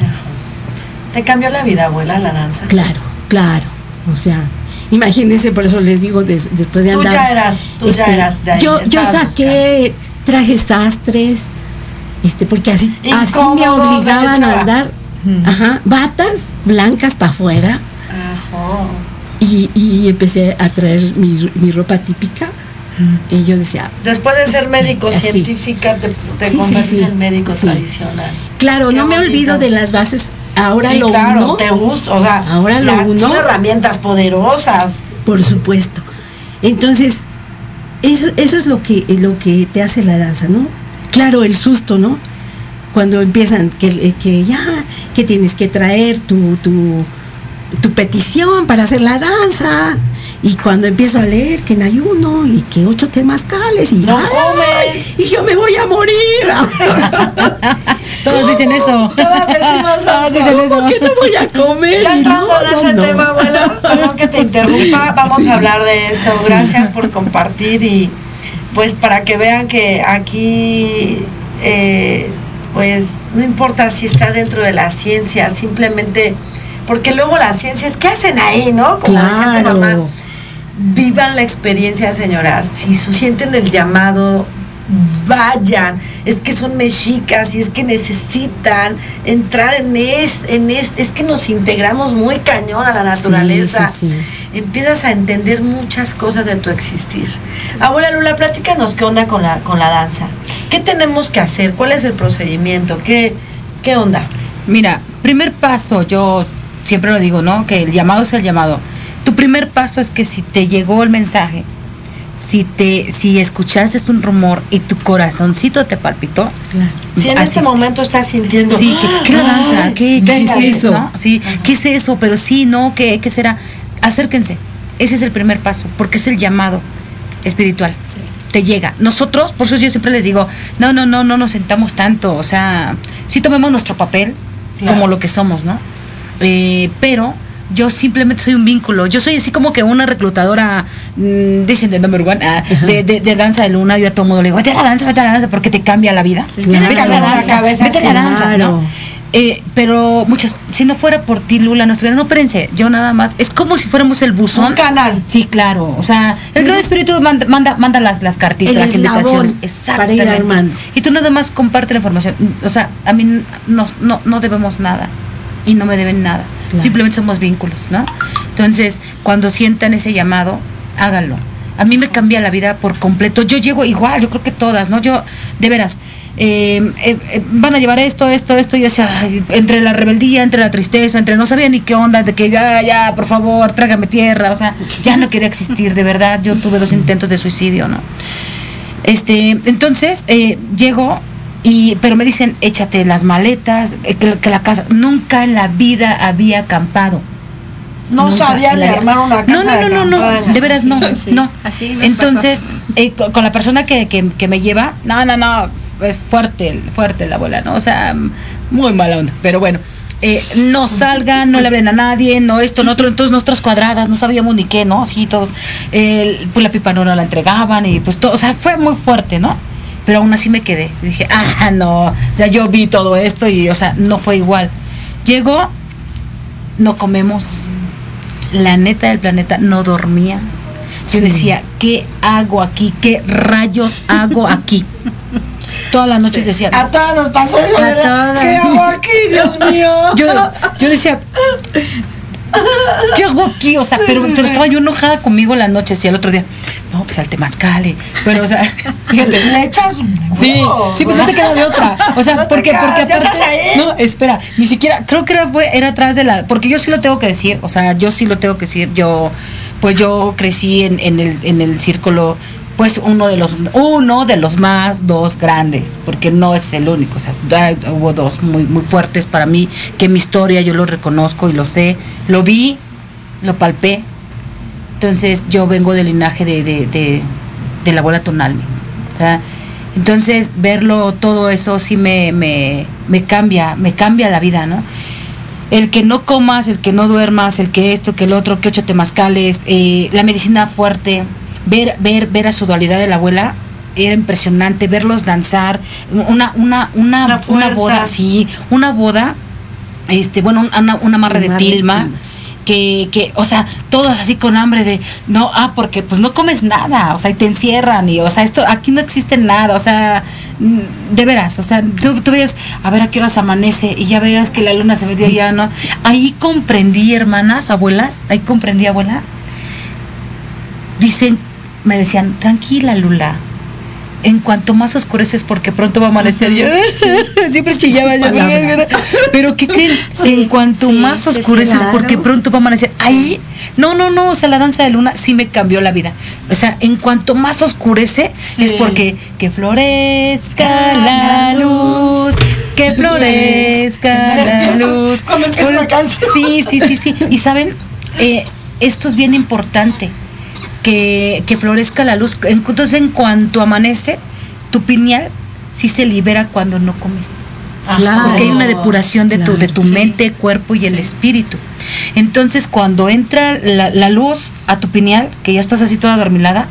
¿Te cambió la vida, abuela, la danza? Claro, claro. O sea, imagínense, por eso les digo, des, después de andar... Tú ya eras, tú este, ya eras de ahí. Yo, yo saqué buscando. trajes sastres, este, porque así, así me obligaban a andar, uh-huh. ajá, batas blancas para afuera. Ajá. Y, y empecé a traer mi, mi ropa típica. Uh-huh. Y yo decía... Después de ser médico así, científica, te, te sí, convertís sí, sí, en médico sí. tradicional. Claro, Qué no bonito. me olvido de las bases. Ahora sí, lo claro, uno. te gusta, o sea, ahora lo las, uno. Son herramientas poderosas. Por supuesto. Entonces, eso, eso es lo que, lo que te hace la danza, ¿no? Claro, el susto, ¿no? Cuando empiezan, que, que ya, que tienes que traer tu, tu, tu petición para hacer la danza. Y cuando empiezo a leer que en ayuno y que ocho temazcales y no ¡ay! comes. Y yo me voy a morir. Todos dicen eso. Todas decimos Todos dicen eso. ¿Cómo que no voy a comer? Ya entrando no, en ese no, tema, no. abuela, perdón que te interrumpa, vamos sí. a hablar de eso. Sí. Gracias por compartir y pues para que vean que aquí eh, pues no importa si estás dentro de la ciencia, simplemente porque luego la ciencia es ¿qué hacen ahí, no? Como claro. decía tu mamá. Vivan la experiencia, señoras. Si sienten el llamado, vayan. Es que son mexicas y es que necesitan entrar en es, en es, es que nos integramos muy cañón a la naturaleza. Sí, sí, sí. Empiezas a entender muchas cosas de tu existir. Abuela Lula, platícanos qué onda con la con la danza. ¿Qué tenemos que hacer? ¿Cuál es el procedimiento? ¿Qué, qué onda? Mira, primer paso, yo siempre lo digo, ¿no? Que el llamado es el llamado. Tu primer paso es que si te llegó el mensaje, si te, si escuchaste un rumor y tu corazoncito te palpitó, claro. Si en este momento estás sintiendo, sí, ¿qué, qué es la danza? ¿Qué, qué es eso? ¿no? Sí, uh-huh. ¿Qué es eso? Pero sí, no, ¿qué, qué será? Acérquense. Ese es el primer paso, porque es el llamado espiritual. Sí. Te llega. Nosotros, por eso yo siempre les digo, no, no, no, no nos sentamos tanto, o sea, sí tomemos nuestro papel, claro, como lo que somos, ¿no? Eh, pero yo simplemente soy un vínculo. Yo soy así como que una reclutadora, mmm, dicen de number one, ah, de, de, de danza de luna. Yo a todo mundo le digo, vete a la danza, vete a la danza, porque te cambia la vida. Sí, claro. Vete a la danza, vete a la danza, claro. ¿no? Eh, pero muchos, si no fuera por ti, Lula, no estuviera, no, espérense, yo nada más, es como si fuéramos el buzón. Un canal. Sí, claro, o sea, el gran espíritu manda, manda, manda las, las cartitas, las invitaciones. Exactamente. Para ir armando. Y tú nada más comparte la información. O sea, a mí no, no, no debemos nada. Y no me deben nada. Claro. Simplemente somos vínculos, ¿no? Entonces, cuando sientan ese llamado, háganlo. A mí me cambia la vida por completo. Yo llego igual, yo creo que todas, ¿no? Yo, de veras, eh, eh, eh, van a llevar esto, esto, esto, y decía, ay, entre la rebeldía, entre la tristeza, entre no sabía ni qué onda, de que ya, ya, por favor, trágame tierra, o sea, ya no quería existir, de verdad. Yo tuve dos intentos de suicidio, ¿no? Este, entonces, eh, llego. Y, pero me dicen, échate las maletas, eh, que, que la casa, nunca en la vida había acampado. No nunca sabía ni armar una casa. No, no, no, no, no, de veras no, sí, no. Así Entonces, eh, con, con la persona que, que, que me lleva, no, no, no, es fuerte, fuerte la abuela, ¿no? O sea, muy mala onda, pero bueno. Eh, no salgan, no le hablen a nadie, no esto, no otro, entonces nuestras cuadradas, no sabíamos ni qué, ¿no? Así todos, eh, pues la pipa no la entregaban y pues todo, o sea, fue muy fuerte, ¿no? Pero aún así me quedé. Dije, ah, no. O sea, yo vi todo esto y, o sea, no fue igual. Llegó, no comemos. La neta del planeta no dormía. Yo sí. decía, ¿qué hago aquí? ¿Qué rayos hago aquí? Todas las noches sí. decía. A todas nos pasó eso, ¿verdad? ¿Qué hago aquí, Dios mío? Yo, yo decía, ¿qué hago aquí? O sea, pero, pero estaba yo enojada conmigo la noche, y el otro día, no, pues al temazcale. Pero, o sea, fíjate, le echas. Sí, sí, pues no te queda de otra. O sea, no porque, quedas, porque ya aparte, estás ahí. no, espera, ni siquiera, creo que era, fue, era atrás de la, porque yo sí lo tengo que decir, o sea, yo sí lo tengo que decir, yo, pues yo crecí en, en el, en el círculo, pues uno de los, uno de los más, dos grandes, porque no es el único, o sea, hubo dos muy, muy fuertes para mí, que mi historia yo lo reconozco y lo sé, lo vi, lo palpé. Entonces yo vengo del linaje de, de, de, de la abuela Tonalme. O sea, Entonces, verlo, todo eso sí me, me, me cambia, me cambia la vida, ¿no? El que no comas, el que no duermas, el que esto, que el otro, que ocho temazcales, eh, la medicina fuerte, ver, ver, ver a su dualidad de la abuela, era impresionante, verlos danzar, una, una, una, Una una boda, fuerza. sí, una boda, este, bueno, una, una amarre de Amarre de tilma, tilmas. que, que, o sea, todos así con hambre de, no, ah, porque pues no comes nada, o sea, y te encierran, y, o sea, esto, aquí no existe nada, o sea, mm, de veras, o sea, tú, tú veías, a ver a qué horas amanece, y ya veías que la luna se metía ya, ¿no? Ahí comprendí, hermanas, abuelas, ahí comprendí, abuela, dicen, me decían, tranquila, Lula, en cuanto más oscureces porque pronto va a amanecer. Yo siempre chillaba, yo, pero ¿qué creen? Sí, en cuanto sí, más sí, sí, oscureces claro. porque pronto va a amanecer. Ahí, no, no, no, o sea, la danza de luna sí me cambió la vida. O sea, en cuanto más oscurece es porque que florezca la luz, que florezca la luz. Cuando empieza la canción. Sí, sí, sí, sí. Y saben, eh, esto es bien importante. Que, que florezca la luz. Entonces, en cuanto amanece, tu pineal sí se libera cuando no comes. Claro. Porque hay una depuración de tu, de tu Claro, mente, cuerpo y el espíritu. Entonces, cuando entra la, la luz a tu pineal, que ya estás así toda dormilada,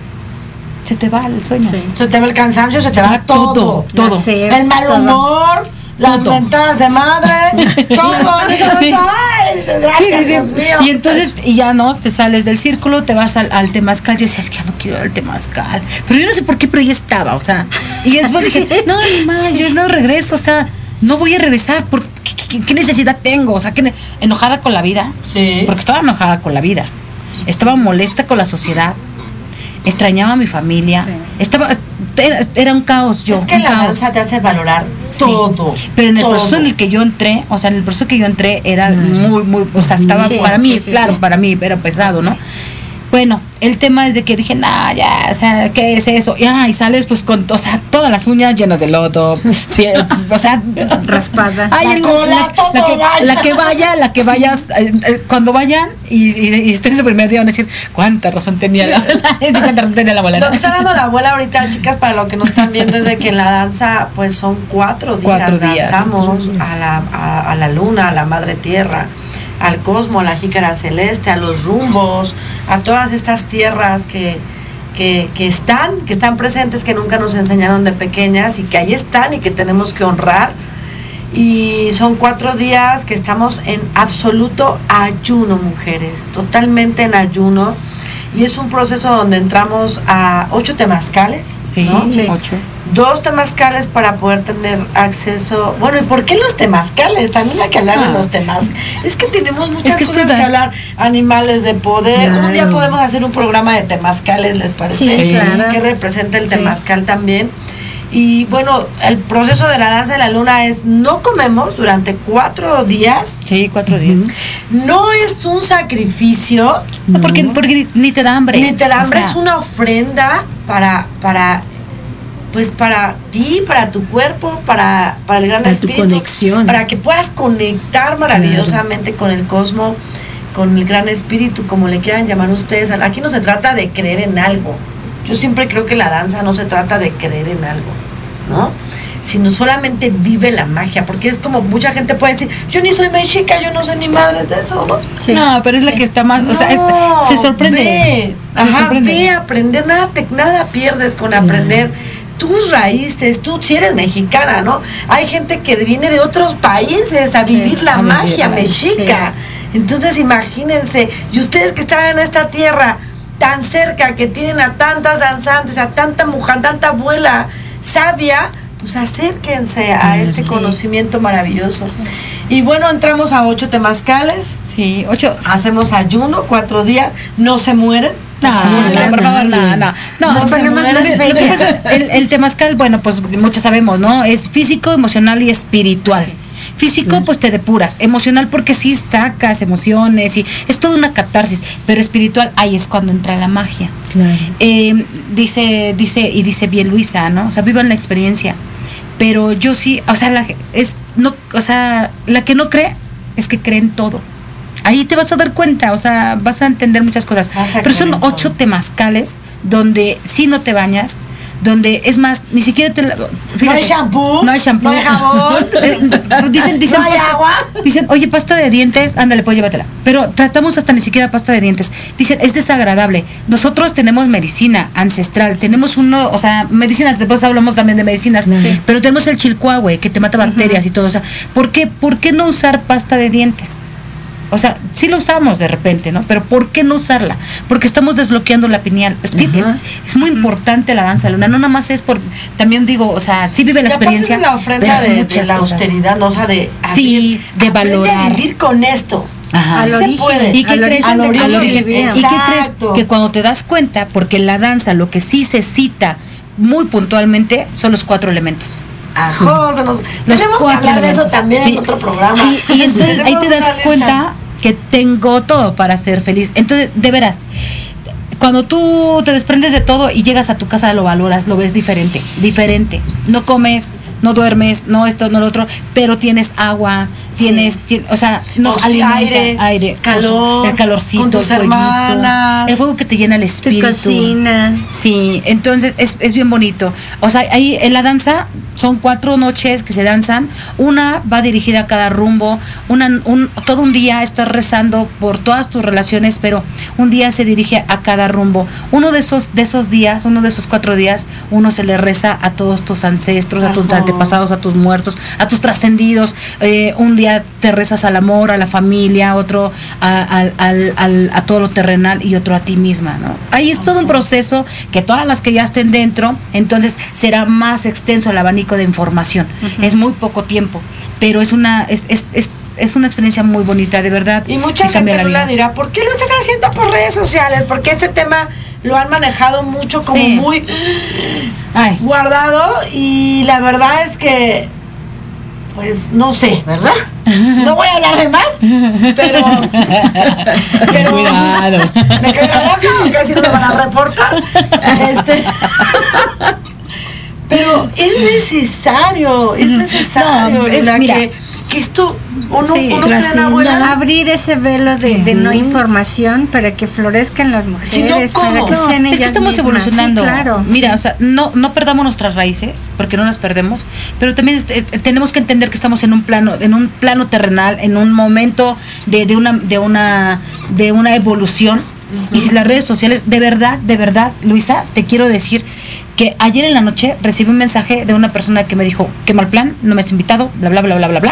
se te va el sueño. Sí. Se te va el cansancio, se te va todo. Todo, todo. La sed, El mal todo. humor, las Todo. mentadas de madre, todo. Sí. Ay, gracias, Sí, sí, sí. Dios mío. Y entonces, y ya no, te sales del círculo, te vas al, al temazcal. Yo decía, es que ya no quiero ir al temazcal. Pero yo no sé por qué, pero ya estaba, o sea. Y después dije, no, ni más, yo no regreso, o sea, no voy a regresar. ¿Por qué, qué- qué necesidad tengo? O sea, que ne- enojada con la vida. Sí. Porque estaba enojada con la vida. Estaba molesta con la sociedad. Extrañaba a mi familia. Sí. Estaba, era, era un caos yo. Es que un la caos. danza te hace valorar Sí. todo. Pero en el todo. proceso en el que yo entré, o sea, en el proceso que yo entré era muy, muy, o sea, estaba Sí, para mí, sí, sí, claro, sí. para mí era pesado, ¿no? Bueno, el tema es de que dije, nah, ya, o sea, ¿qué es eso? Ya, y sales pues con, o sea, todas las uñas llenas de lodo, sí, o sea, Raspada. ay, La el- cola, la, todo la que, vaya. la que vaya, la que vayas, eh, eh, cuando vayan y, y, y estén en su primer día van a decir, cuánta razón tenía la abuela, cuánta razón tenía la abuela. Lo que está dando la abuela ahorita, chicas, para lo que nos están viendo, es de que en la danza, pues son cuatro días. Cuatro días. Danzamos a la, a, a la luna, a la madre tierra, al cosmo, a la jícara celeste, a los rumbos, a todas estas tierras que, que, que están, que están presentes, que nunca nos enseñaron de pequeñas y que ahí están y que tenemos que honrar. Y son cuatro días que estamos en absoluto ayuno, mujeres, totalmente en ayuno. Y es un proceso donde entramos a ocho temazcales, Sí, ¿no? Sí. ocho. Dos temazcales para poder tener acceso. Bueno, ¿y por qué los temazcales? También hay que hablar Ah. de los temazcales. Es que tenemos muchas Es que esto cosas da- que hablar. Animales de poder. Un día Claro. podemos hacer un programa de temazcales, ¿les parece? Sí, claro. ¿Qué representa el Sí. temazcal también? Y bueno, el proceso de la danza de la luna es no comemos durante cuatro días. Sí, cuatro días. No es un sacrificio, No, porque, porque ni te da hambre. ni te da O hambre, sea, es una ofrenda para, para, pues para ti, para tu cuerpo, para, para el gran Para tu espíritu, conexión. para que puedas conectar maravillosamente con el cosmos, con el gran espíritu, como le quieran llamar ustedes. Aquí no se trata de creer en algo. Yo siempre creo que la danza no se trata de creer en algo, ¿no? Sino solamente vive la magia, porque es como mucha gente puede decir, yo ni soy mexica, yo no sé ni madres de eso, ¿no? Sí. No, pero es la que está más, o sea, No, es- se sorprende. Ve, Se ajá, sorprende. ve, aprender, nada, te, nada pierdes con aprender tus raíces, tú si eres mexicana, ¿no? Hay gente que viene de otros países a Sí, vivir la a vivir, magia a vivir, mexica. Entonces imagínense, y ustedes que están en esta tierra tan cerca, que tienen a tantas danzantes, a tanta mujer, tanta abuela sabia, pues acérquense a este sí. conocimiento maravilloso. Y bueno, entramos a ocho temazcales. Sí, ocho. Hacemos ayuno, cuatro días, no se mueren. No, No, no, por favor, no, nadie. no. No, No o sea, se lo que- mueran. lo que pasa es, el, el temazcal, bueno, pues muchos sabemos, ¿no? Es físico, emocional y espiritual. Sí. Físico, pues te depuras. Emocional, porque sí sacas emociones y es toda una catarsis. Pero espiritual, ahí es cuando entra la magia. Claro. Eh, dice, dice, y dice bien Luisa, ¿no? O sea, vivan la experiencia. Pero yo sí, o sea, la, es, no, o sea, la que no cree es que cree en todo. Ahí te vas a dar cuenta, o sea, vas a entender muchas cosas. Vas a Pero son creer en todo. ocho temazcales donde si no te bañas, donde es más, ni siquiera te la, fíjate, no hay shampoo, no hay shampoo, no hay jabón, dicen, dicen, no hay pasta, agua, dicen, oye, pasta de dientes, ándale, pues llévatela, pero tratamos hasta ni siquiera pasta de dientes, dicen, es desagradable. Nosotros tenemos medicina ancestral, tenemos uno, o sea, medicinas, después hablamos también de medicinas, sí. Pero tenemos el chilcuahue que te mata bacterias, uh-huh, y todo, o sea, ¿por qué, por qué no usar pasta de dientes? O sea, sí lo usamos de repente, ¿no? Pero ¿por qué no usarla? Porque estamos desbloqueando la pineal. Es, es, es muy importante la danza luna. No nada más es por, también digo, o sea, sí vive la y experiencia. Es la ofrenda de, de la cosas. austeridad, ¿no? O sea, de sí, de valorar. A vivir con esto. Ajá. Al origen, se puede. ¿Y qué al crees? Al origen, al origen. ¿Y qué crees? Exacto. Que cuando te das cuenta, porque la danza lo que sí se cita muy puntualmente son los cuatro elementos. Ajá, sí. nos, tenemos que hablar elementos. de eso también, sí, en otro programa. Y, y entonces ahí te das cuenta que tengo todo para ser feliz. Entonces, de veras, cuando tú te desprendes de todo y llegas a tu casa, lo valoras, lo ves diferente, diferente. No comes, no duermes, no esto, no lo otro, pero tienes agua, tienes, sí. tienes o sea, nos o alimenta, aire, aire, calor, el calorcito, con tus el hermanas, el fuego que te llena el espíritu. Tu cocina. Sí, entonces es, es bien bonito. O sea, ahí en la danza son cuatro noches que se danzan, una va dirigida a cada rumbo, una, un, todo un día estás rezando por todas tus relaciones, pero un día se dirige a cada rumbo. Uno de esos, de esos días, uno de esos cuatro días, uno se le reza a todos tus ancestros, Ajá. a tus antepasados, a tus muertos, a tus trascendidos. Eh, un día te rezas al amor, a la familia, otro a, a, al, al, a todo lo terrenal y otro a ti misma, ¿no? Ahí es todo un proceso que todas las que ya estén dentro, entonces será más extenso el abanico de información. Uh-huh. Es muy poco tiempo, pero es una es, es, es, es una experiencia muy bonita, de verdad. Y mucha gente no la dirá, ¿por qué lo estás haciendo por redes sociales? Porque este tema lo han manejado mucho como sí. muy Ay. guardado, y la verdad es que pues no sé, ¿verdad? No voy a hablar de más, pero, pero cuidado. Me quedé la boca porque así no me van a reportar. Este, pero es necesario, es necesario, no, es, la mira, que, que esto uno, sí, uno crea abuela, abrir ese velo de, de no información para que florezcan las mujeres, si no, para que no, sean es ellas que estamos mismas. evolucionando. Sí, claro. Mira, o sea, no no perdamos nuestras raíces, porque no las perdemos, pero también este, tenemos que entender que estamos en un plano, en un plano terrenal, en un momento de, de una de una de una evolución. Uh-huh. Y si las redes sociales, de verdad, de verdad, Luisa, te quiero decir que ayer en la noche recibí un mensaje de una persona que me dijo, qué mal plan, no me has invitado, bla, bla, bla, bla, bla, bla.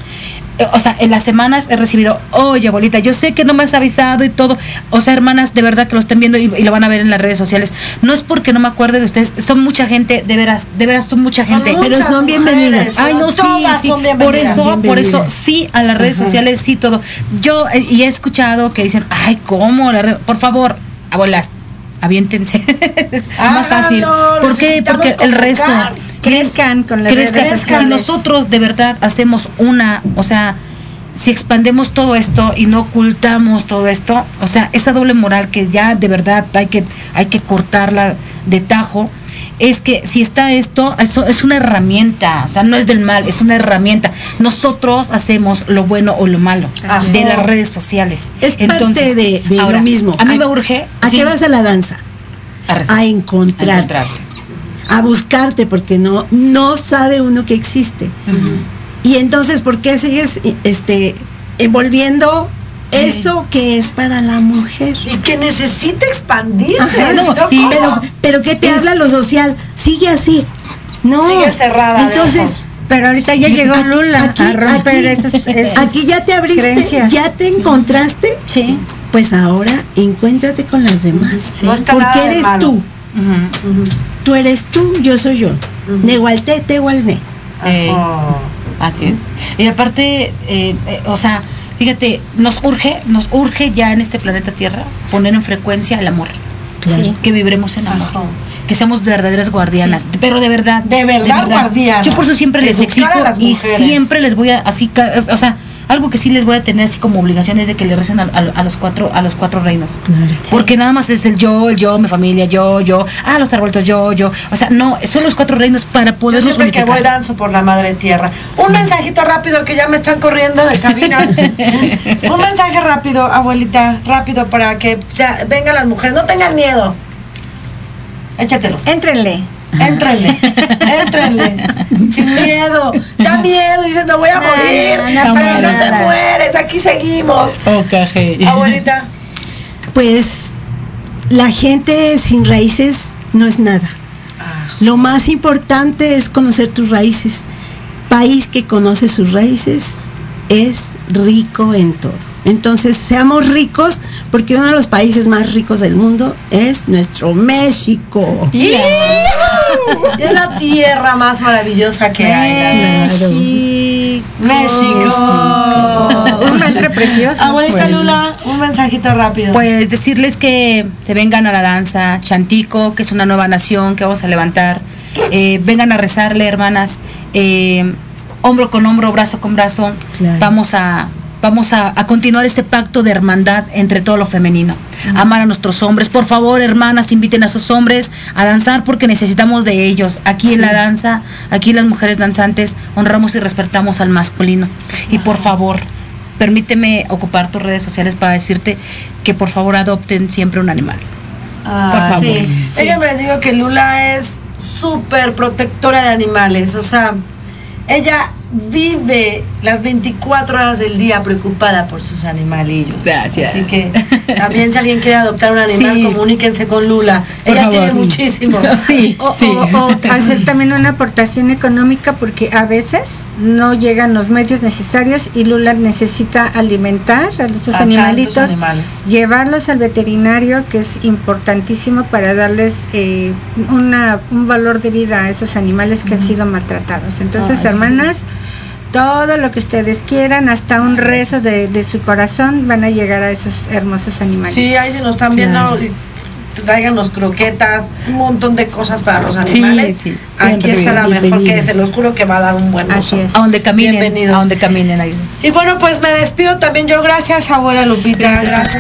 O sea, en las semanas he recibido, oye, abuelita, yo sé que no me has avisado y todo. O sea, hermanas, de verdad que lo estén viendo y, y lo van a ver en las redes sociales. No es porque no me acuerde de ustedes, son mucha gente, de veras, de veras son mucha gente. Son pero son bienvenidas. Ay, no, sí, sí. Son por eso, por eso, sí, a las redes Ajá. sociales, sí, todo. Yo, eh, y he escuchado que dicen, ay, ¿cómo? La red? Por favor, abuelas, aviéntense. Es ah, más fácil. No, ¿por qué? Porque el resto... crezcan con las crezcan, redes sociales. Si nosotros de verdad hacemos una, o sea, si expandemos todo esto y no ocultamos todo esto, o sea, esa doble moral que ya de verdad hay que hay que cortarla de tajo, es que si está esto, eso es una herramienta, o sea, no es del mal, es una herramienta. Nosotros hacemos lo bueno o lo malo Ajá. de las redes sociales. Es Entonces, parte de, de ahora, lo mismo. A mí a, me urge. ¿A sí, qué vas a la danza? A, a encontrarte. A encontrarte. A buscarte, porque no no sabe uno que existe. Uh-huh. Y entonces, ¿por qué sigues este envolviendo eso que es para la mujer? Y que necesita expandirse. Ajá, no, no, y, pero, pero ¿qué te es, habla lo social? Sigue así. No. Sigue cerrada. Entonces, pero ahorita ya llegó Lula aquí, a romper aquí, esos, esos aquí ya te abriste, creencias. Ya te encontraste. Sí. Pues ahora encuéntrate con las demás. Sí. No está porque nada eres tú. Uh-huh. Uh-huh. Tú eres tú, yo soy yo. Uh-huh. Nehualte, tehualne. Eh, oh. Así es. Y aparte, eh, eh, o sea, fíjate, nos urge, nos urge ya en este planeta Tierra poner en frecuencia el amor. Claro. Sí. Que vibremos en amor. Ajá. Que seamos verdaderas guardianas, sí. pero de verdad. De verdad, de verdad. guardianas. Yo por eso siempre les exijo y siempre les voy a, así, o sea, algo que sí les voy a tener así como obligación es de que le recen a, a, a los cuatro a los cuatro reinos. Claro. Sí. Porque nada más es el yo, el yo, mi familia, yo, yo, ah, los arbolitos, yo, yo. O sea, no, son los cuatro reinos para poder. Yo siempre unificar. Que voy danzo por la madre tierra. Sí. Un mensajito rápido que ya me están corriendo de cabina. Un mensaje rápido, abuelita, rápido para que ya vengan las mujeres. No tengan miedo. Échatelo. Éntrenle. Éntrenle, éntrenle, sin miedo, da miedo, dices, me voy a morir, no, no, pero no, no te no. mueres, aquí seguimos. Okay. Abuelita. Pues la gente sin raíces no es nada. Lo más importante es conocer tus raíces. País que conoce sus raíces es rico en todo. Entonces, seamos ricos, porque uno de los países más ricos del mundo es nuestro México. Y es la tierra más maravillosa que hay. México. México. Un mantra precioso. Abuelita Bueno. Lula, un mensajito rápido. Pues decirles que se vengan a la danza Chantico, que es una nueva nación que vamos a levantar. Eh, vengan a rezarle, hermanas, eh, hombro con hombro, brazo con brazo. Claro. Vamos a vamos a, a continuar ese pacto de hermandad entre todo lo femenino. Uh-huh. Amar a nuestros hombres. Por favor, hermanas, inviten a sus hombres a danzar porque necesitamos de ellos. Aquí sí. En la danza, aquí las mujeres danzantes honramos y respetamos al masculino. Uh-huh. Y por favor, permíteme ocupar tus redes sociales para decirte que por favor adopten siempre un animal. Ah, por favor. Sí. Sí. Ella me les digo que Lula es súper protectora de animales, o sea, ella vive las veinticuatro horas del día preocupada por sus animalillos. Gracias. Así que también si alguien quiere adoptar un animal, sí. comuníquense con Lula. Por ella favor. tiene muchísimos. Sí, O, sí. o, o hacer también una aportación económica porque a veces no llegan los medios necesarios y Lula necesita alimentar a esos A animalitos, tantos animales. llevarlos al veterinario, que es importantísimo para darles eh, una, un valor de vida a esos animales que uh-huh. han sido maltratados. Entonces, Ay, hermanas, sí. todo lo que ustedes quieran, hasta un rezo de, de su corazón, van a llegar a esos hermosos animales. Sí, ahí se nos están viendo, claro. Tráiganos croquetas, un montón de cosas para los animales. Sí, sí. Aquí está la mejor, que se los juro que va a dar un buen uso. A donde caminen, bienvenidos. A donde caminen ahí. Y bueno, pues me despido también yo. Gracias, abuela Lupita. Gracias.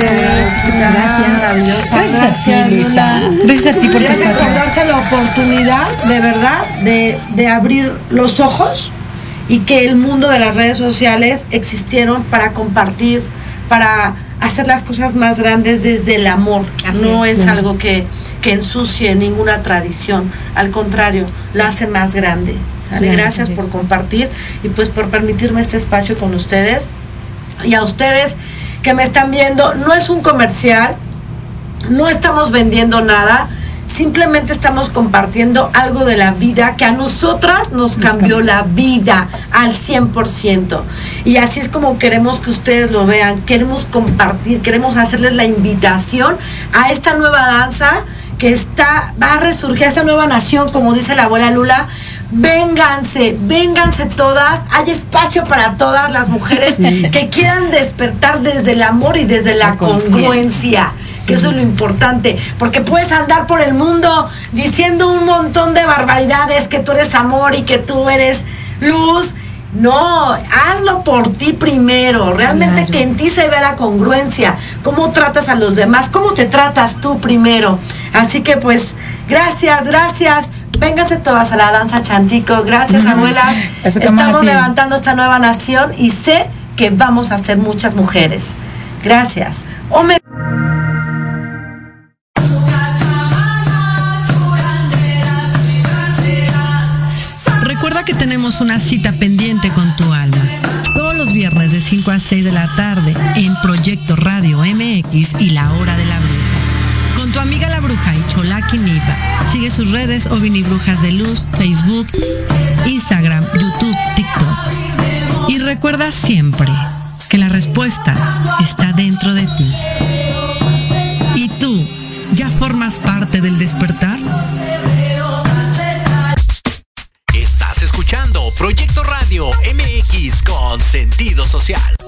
Gracias. Gracias, Lula. Gracias a ti por Gracias por darte la oportunidad, de verdad, de, de abrir los ojos y que el mundo de las redes sociales existieron para compartir, para hacer las cosas más grandes desde el amor. Así no es, es algo que, que ensucie ninguna tradición, al contrario, la hace más grande. ¿Sale? Claro, gracias por compartir y pues por permitirme este espacio con ustedes. Y a ustedes que me están viendo, no es un comercial, no estamos vendiendo nada, simplemente estamos compartiendo algo de la vida que a nosotras nos cambió la vida al cien por ciento. Y así es como queremos que ustedes lo vean, queremos compartir, queremos hacerles la invitación a esta nueva danza que está, va a resurgir, esta nueva nación, como dice la abuela Lula. Vénganse, vénganse todas, hay espacio para todas las mujeres sí. que quieran despertar desde el amor y desde la, la congruencia, sí. que eso es lo importante, porque puedes andar por el mundo diciendo un montón de barbaridades, que tú eres amor y que tú eres luz. No, hazlo por ti primero, realmente claro. que en ti se vea la congruencia, cómo tratas a los demás, cómo te tratas tú primero. Así que pues, gracias, gracias. Vénganse todas a la danza Chantico. Gracias, uh-huh. abuelas. Estamos levantando esta nueva nación y sé que vamos a ser muchas mujeres. Gracias. O me... Recuerda que tenemos una cita pendiente con tu alma. Todos los viernes de cinco a seis de la tarde en Proyecto Radio M X y La Hora de la Bruja. Con tu amiga la bruja y Cholaki Nipa. Sigue sus redes Ovini Brujas de Luz, Facebook, Instagram, YouTube, TikTok. Y recuerda siempre que la respuesta está dentro de ti. ¿Y tú ya formas parte del despertar? Estás escuchando Proyecto Radio M X con sentido social.